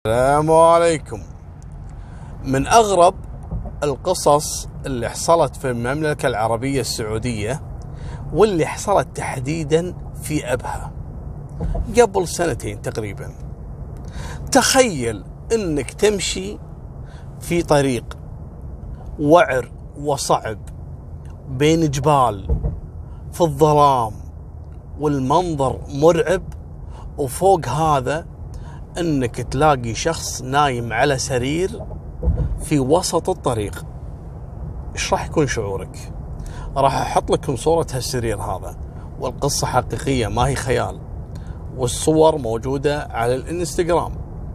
السلام عليكم. من أغرب القصص اللي حصلت في المملكة العربية السعودية، واللي حصلت تحديدا في أبها قبل سنتين تقريبا. تخيل أنك تمشي في طريق وعر وصعب بين جبال في الظلام والمنظر مرعب، وفوق هذا انك تلاقي شخص نايم على سرير في وسط الطريق. ايش راح يكون شعورك؟ راح احط لكم صورة هالسرير هذا، والقصة حقيقية ما هي خيال، والصور موجودة على الانستغرام.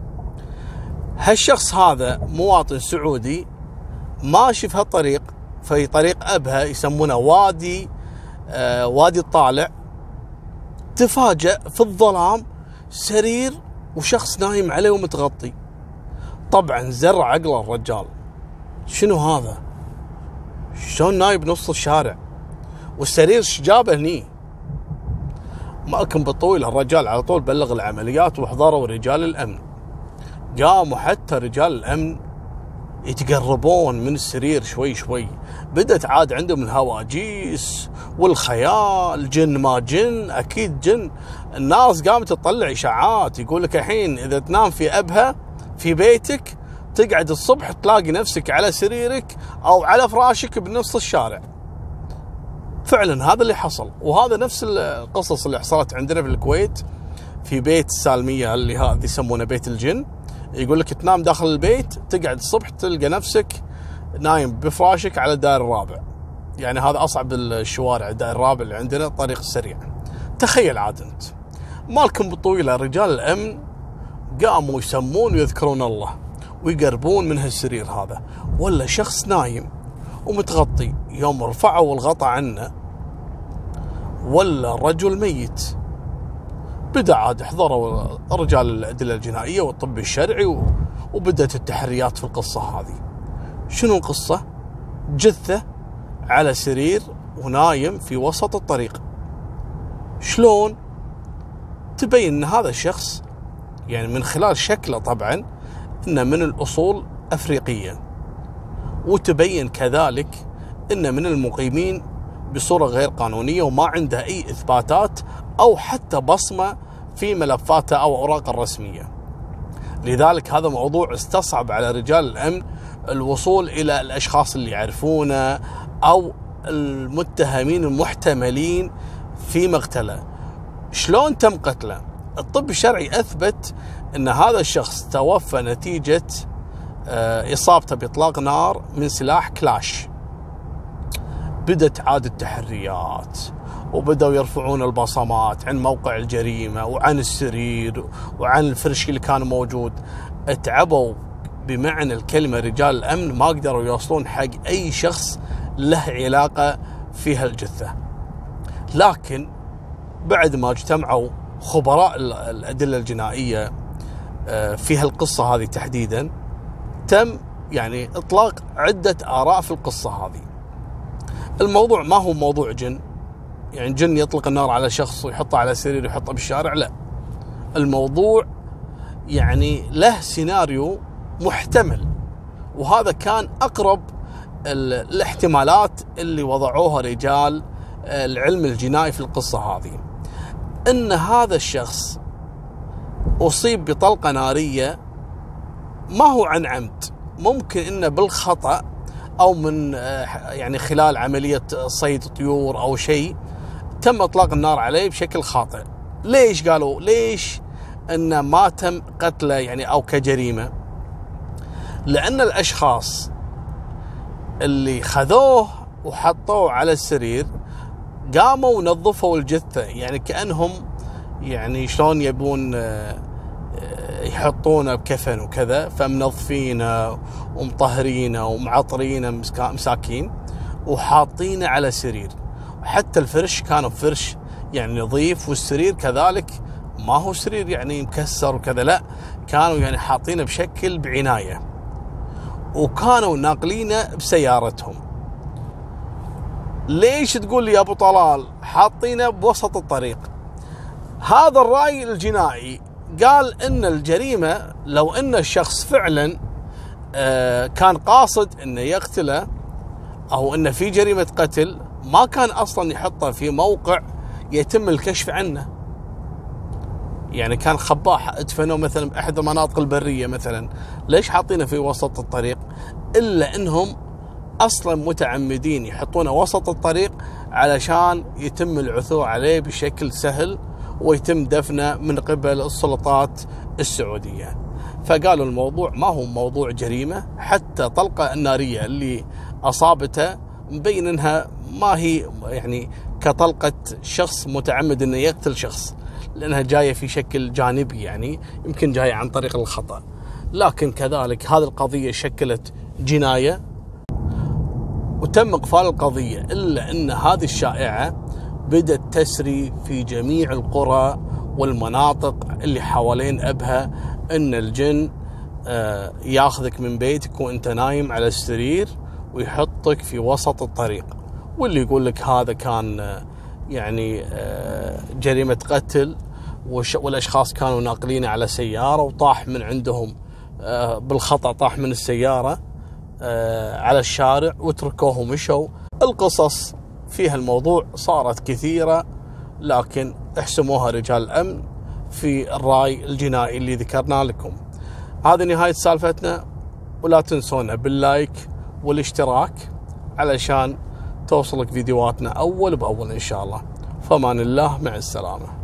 هالشخص هذا مواطن سعودي ماشي في هالطريق، في طريق أبها يسمونه وادي الطالع. تفاجأ في الظلام سرير وشخص نايم عليه ومتغطي. طبعا زر عقله الرجال، شنو هذا؟ شلون نايم بنص الشارع؟ والسرير شجابه هني؟ ماكم بالطويل الرجال على طول بلغ العمليات، وحضروا رجال الامن. قاموا حتى رجال الامن يتقربون من السرير شوي شوي. بدت عاد عندهم الهواجيس والخيال، جن ما جن، اكيد جن. الناس قامت تطلع اشاعات، يقول لك الحين اذا تنام في ابها في بيتك، تقعد الصبح تلاقي نفسك على سريرك او على فراشك بنص الشارع. فعلا هذا اللي حصل، وهذا نفس القصص اللي حصلت عندنا في الكويت في بيت السالمية اللي هذا يسمونه بيت الجن. يقول لك تنام داخل البيت، تقعد الصبح تلقى نفسك نايم بفراشك على الدائر الرابع. يعني هذا أصعب الشوارع، الدائر الرابع اللي عندنا الطريق السريع. تخيل عاد أنت مالكم بالطويلة، رجال الأمن قاموا يسمون ويذكرون الله ويقربون من هالسرير هذا، ولا شخص نايم ومتغطي. يوم رفعوا الغطاء عنه ولا رجل ميت. بدأ عاد حضروا رجال الأدلة الجنائية والطب الشرعي وبدأت التحريات في القصة هذه. شنو القصة؟ جثة على سرير ونايم في وسط الطريق. شلون؟ تبين ان هذا الشخص يعني من خلال شكله طبعا انه من الأصول أفريقية، وتبين كذلك انه من المقيمين بصورة غير قانونية، وما عنده أي إثباتات أو حتى بصمة في ملفاته أو أوراقه الرسمية. لذلك هذا موضوع استصعب على رجال الأمن الوصول إلى الأشخاص اللي يعرفونه أو المتهمين المحتملين في مقتله. شلون تم قتله؟ الطب الشرعي أثبت أن هذا الشخص توفى نتيجة إصابته بإطلاق نار من سلاح كلاش. بدت عاد التحريات، وبدأوا يرفعون البصمات عن موقع الجريمة وعن السرير وعن الفرش اللي كان موجود. اتعبوا بمعنى الكلمة رجال الأمن، ما قدروا يوصلون حق أي شخص له علاقة في هالجثة. لكن بعد ما اجتمعوا خبراء الأدلة الجنائية في هالقصة هذه تحديدا، تم يعني إطلاق عدة آراء في القصة هذه. الموضوع ما هو موضوع جن، يعني جن يطلق النار على شخص ويحطه على سرير ويحطه بالشارع، لا. الموضوع يعني له سيناريو محتمل، وهذا كان أقرب الاحتمالات اللي وضعوها رجال العلم الجنائي في القصة هذه. إن هذا الشخص أصيب بطلقة نارية، ما هو عن عمد، ممكن إنه بالخطأ أو من يعني خلال عملية صيد طيور أو شيء تم إطلاق النار عليه بشكل خاطئ. ليش قالوا ليش أنه ما تم قتله يعني أو كجريمة؟ لأن الأشخاص اللي خذوه وحطوه على السرير قاموا ونظفوا الجثة، يعني كأنهم يعني شلون يبون يحطونه بكفن وكذا، فمنظفينه ومطهرينه ومعطرينه مساكين وحاطينه على سرير. وحتى الفرش كانوا فرش يعني نظيف، والسرير كذلك ما هو سرير يعني مكسر وكذا، لا، كانوا يعني حاطينه بشكل بعناية، وكانوا ناقلينه بسيارتهم. ليش تقول لي يا ابو طلال حاطينه بوسط الطريق؟ هذا الرأي الجنائي قال ان الجريمة لو ان الشخص فعلا كان قاصد انه يقتله او انه في جريمة قتل، ما كان اصلا يحطه في موقع يتم الكشف عنه. يعني كان خباح ادفنوه مثلا باحد المناطق البرية مثلا، ليش حاطينه في وسط الطريق؟ الا انهم اصلا متعمدين يحطونه وسط الطريق علشان يتم العثور عليه بشكل سهل ويتم دفنه من قبل السلطات السعودية. فقالوا الموضوع ما هو موضوع جريمة، حتى طلقة النارية اللي أصابته مبين انها ما هي يعني كطلقة شخص متعمد انه يقتل شخص، لانها جاية في شكل جانبي، يعني يمكن جاية عن طريق الخطأ. لكن كذلك هذه القضية شكلت جناية وتم إقفال القضية، إلا أن هذه الشائعة بدأت تسري في جميع القرى والمناطق اللي حوالين أبها، أن الجن ياخذك من بيتك وأنت نايم على السرير ويحطك في وسط الطريق، واللي يقول لك هذا كان يعني جريمة قتل، والأشخاص كانوا ناقلين على سيارة وطاح من عندهم بالخطأ، طاح من السيارة على الشارع وتركوه ومشوا. القصص فيها الموضوع صارت كثيرة، لكن احسموها رجال الأمن في الرأي الجنائي اللي ذكرنا لكم. هذه نهاية سالفتنا، ولا تنسونا باللايك والاشتراك علشان توصلك فيديوهاتنا أول بأول إن شاء الله. فمان الله، مع السلامة.